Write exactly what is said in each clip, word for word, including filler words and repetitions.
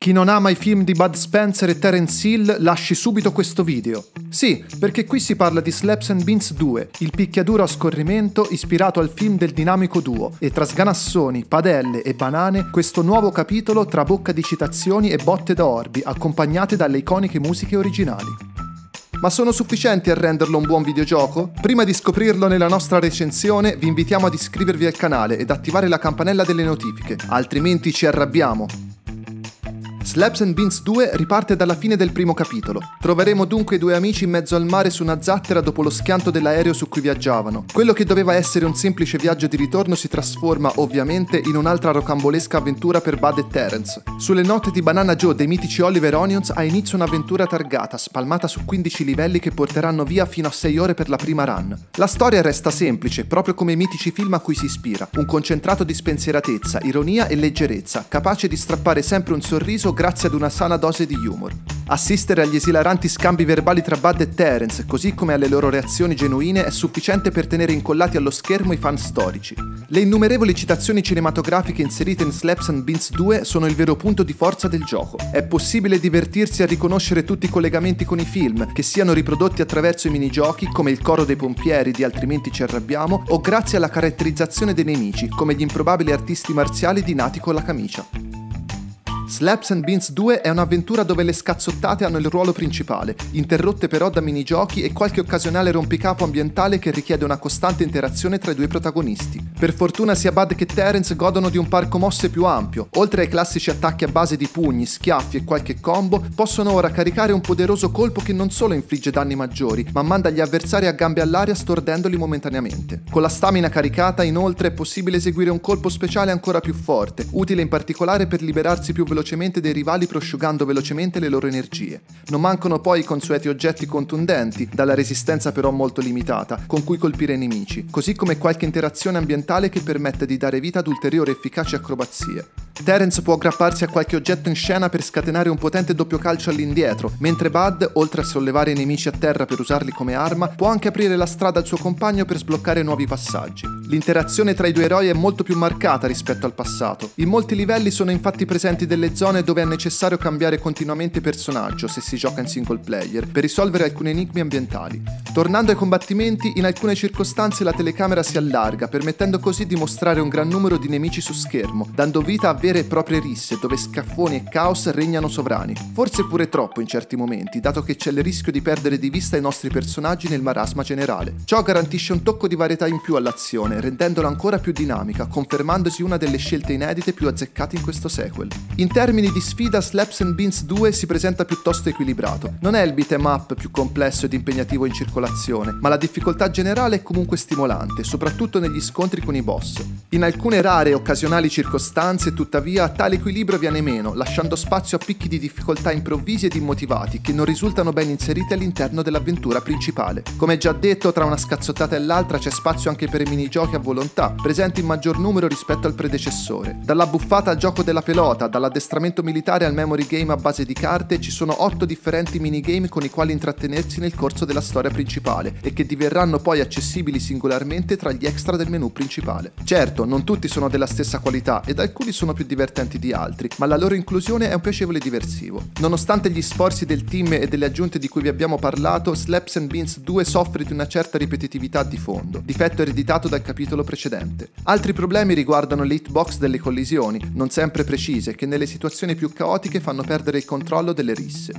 Chi non ama i film di Bud Spencer e Terence Hill lasci subito questo video. Sì, perché qui si parla di Slaps and Beans due, il picchiaduro a scorrimento ispirato al film del dinamico duo, e tra sganassoni, padelle e banane questo nuovo capitolo trabocca di citazioni e botte da orbi accompagnate dalle iconiche musiche originali. Ma sono sufficienti a renderlo un buon videogioco? Prima di scoprirlo nella nostra recensione vi invitiamo ad iscrivervi al canale ed attivare la campanella delle notifiche, altrimenti ci arrabbiamo. Slaps and Beans due riparte dalla fine del primo capitolo. Troveremo dunque i due amici in mezzo al mare su una zattera dopo lo schianto dell'aereo su cui viaggiavano. Quello che doveva essere un semplice viaggio di ritorno si trasforma, ovviamente, in un'altra rocambolesca avventura per Bud e Terence. Sulle note di Banana Joe dei mitici Oliver Onions ha inizio un'avventura targata, spalmata su quindici livelli che porteranno via fino a sei ore per la prima run. La storia resta semplice, proprio come i mitici film a cui si ispira. Un concentrato di spensieratezza, ironia e leggerezza, capace di strappare sempre un sorriso grazie ad una sana dose di humor. Assistere agli esilaranti scambi verbali tra Bud e Terence, così come alle loro reazioni genuine, è sufficiente per tenere incollati allo schermo i fan storici. Le innumerevoli citazioni cinematografiche inserite in Slaps and Beans due sono il vero punto di forza del gioco. È possibile divertirsi a riconoscere tutti i collegamenti con i film, che siano riprodotti attraverso i minigiochi, come il coro dei pompieri di Altrimenti ci arrabbiamo, o grazie alla caratterizzazione dei nemici, come gli improbabili artisti marziali di Nati con la camicia. Slaps and Beans due è un'avventura dove le scazzottate hanno il ruolo principale, interrotte però da minigiochi e qualche occasionale rompicapo ambientale che richiede una costante interazione tra i due protagonisti. Per fortuna sia Bud che Terence godono di un parco mosse più ampio. Oltre ai classici attacchi a base di pugni, schiaffi e qualche combo, possono ora caricare un poderoso colpo che non solo infligge danni maggiori, ma manda gli avversari a gambe all'aria stordendoli momentaneamente. Con la stamina caricata, inoltre, è possibile eseguire un colpo speciale ancora più forte, utile in particolare per liberarsi più velocemente velocemente dei rivali prosciugando velocemente le loro energie. Non mancano poi i consueti oggetti contundenti, dalla resistenza però molto limitata, con cui colpire i nemici, così come qualche interazione ambientale che permette di dare vita ad ulteriori efficaci acrobazie. Terence può aggrapparsi a qualche oggetto in scena per scatenare un potente doppio calcio all'indietro, mentre Bud, oltre a sollevare i nemici a terra per usarli come arma, può anche aprire la strada al suo compagno per sbloccare nuovi passaggi. L'interazione tra i due eroi è molto più marcata rispetto al passato. In molti livelli sono infatti presenti delle zone dove è necessario cambiare continuamente personaggio se si gioca in single player per risolvere alcuni enigmi ambientali. Tornando ai combattimenti, in alcune circostanze la telecamera si allarga, permettendo così di mostrare un gran numero di nemici su schermo, dando vita a vere e proprie risse dove scaffoni e caos regnano sovrani. Forse pure troppo in certi momenti, dato che c'è il rischio di perdere di vista i nostri personaggi nel marasma generale. Ciò garantisce un tocco di varietà in più all'azione, rendendola ancora più dinamica, confermandosi una delle scelte inedite più azzeccate in questo sequel. In termini di sfida, Slaps and Beans due si presenta piuttosto equilibrato. Non è il beat 'em up più complesso ed impegnativo in circolazione, ma la difficoltà generale è comunque stimolante, soprattutto negli scontri con i boss. In alcune rare e occasionali circostanze, tuttavia, tale equilibrio viene meno, lasciando spazio a picchi di difficoltà improvvisi ed immotivati che non risultano ben inseriti all'interno dell'avventura principale. Come già detto, tra una scazzottata e l'altra c'è spazio anche per i minigiochi a volontà, presenti in maggior numero rispetto al predecessore. Dalla buffata al gioco della pelota, dall'addestramento militare al memory game a base di carte, ci sono otto differenti minigame con i quali intrattenersi nel corso della storia principale e che diverranno poi accessibili singolarmente tra gli extra del menu principale. Certo, non tutti sono della stessa qualità ed alcuni sono più divertenti di altri, ma la loro inclusione è un piacevole diversivo. Nonostante gli sforzi del team e delle aggiunte di cui vi abbiamo parlato, Slaps and Beans due soffre di una certa ripetitività di fondo, difetto ereditato dal capitolo precedente. Altri problemi riguardano le hitbox delle collisioni, non sempre precise, che nelle situazioni più caotiche fanno perdere il controllo delle risse.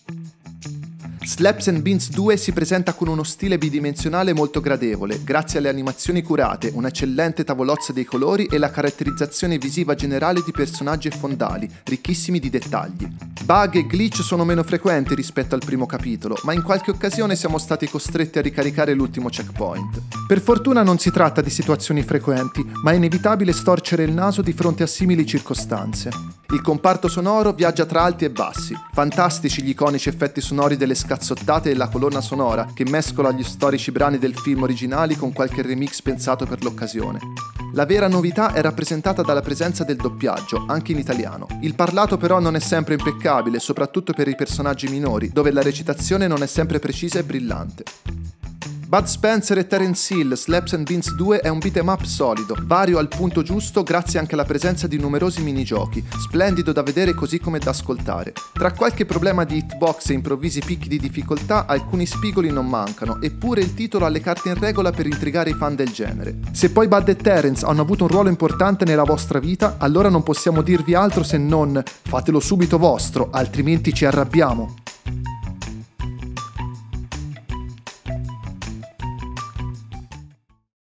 Slaps and Beans due si presenta con uno stile bidimensionale molto gradevole, grazie alle animazioni curate, un'eccellente tavolozza dei colori e la caratterizzazione visiva generale di personaggi e fondali, ricchissimi di dettagli. Bug e glitch sono meno frequenti rispetto al primo capitolo, ma in qualche occasione siamo stati costretti a ricaricare l'ultimo checkpoint. Per fortuna non si tratta di situazioni frequenti, ma è inevitabile storcere il naso di fronte a simili circostanze. Il comparto sonoro viaggia tra alti e bassi, fantastici gli iconici effetti sonori delle scazzottate e la colonna sonora, che mescola gli storici brani del film originali con qualche remix pensato per l'occasione. La vera novità è rappresentata dalla presenza del doppiaggio, anche in italiano. Il parlato però non è sempre impeccabile, soprattutto per i personaggi minori, dove la recitazione non è sempre precisa e brillante. Bud Spencer e Terence Hill, Slaps and Beans due è un beat'em up solido, vario al punto giusto grazie anche alla presenza di numerosi minigiochi, splendido da vedere così come da ascoltare. Tra qualche problema di hitbox e improvvisi picchi di difficoltà, alcuni spigoli non mancano, eppure il titolo ha le carte in regola per intrigare i fan del genere. Se poi Bud e Terence hanno avuto un ruolo importante nella vostra vita, allora non possiamo dirvi altro se non fatelo subito vostro, altrimenti ci arrabbiamo.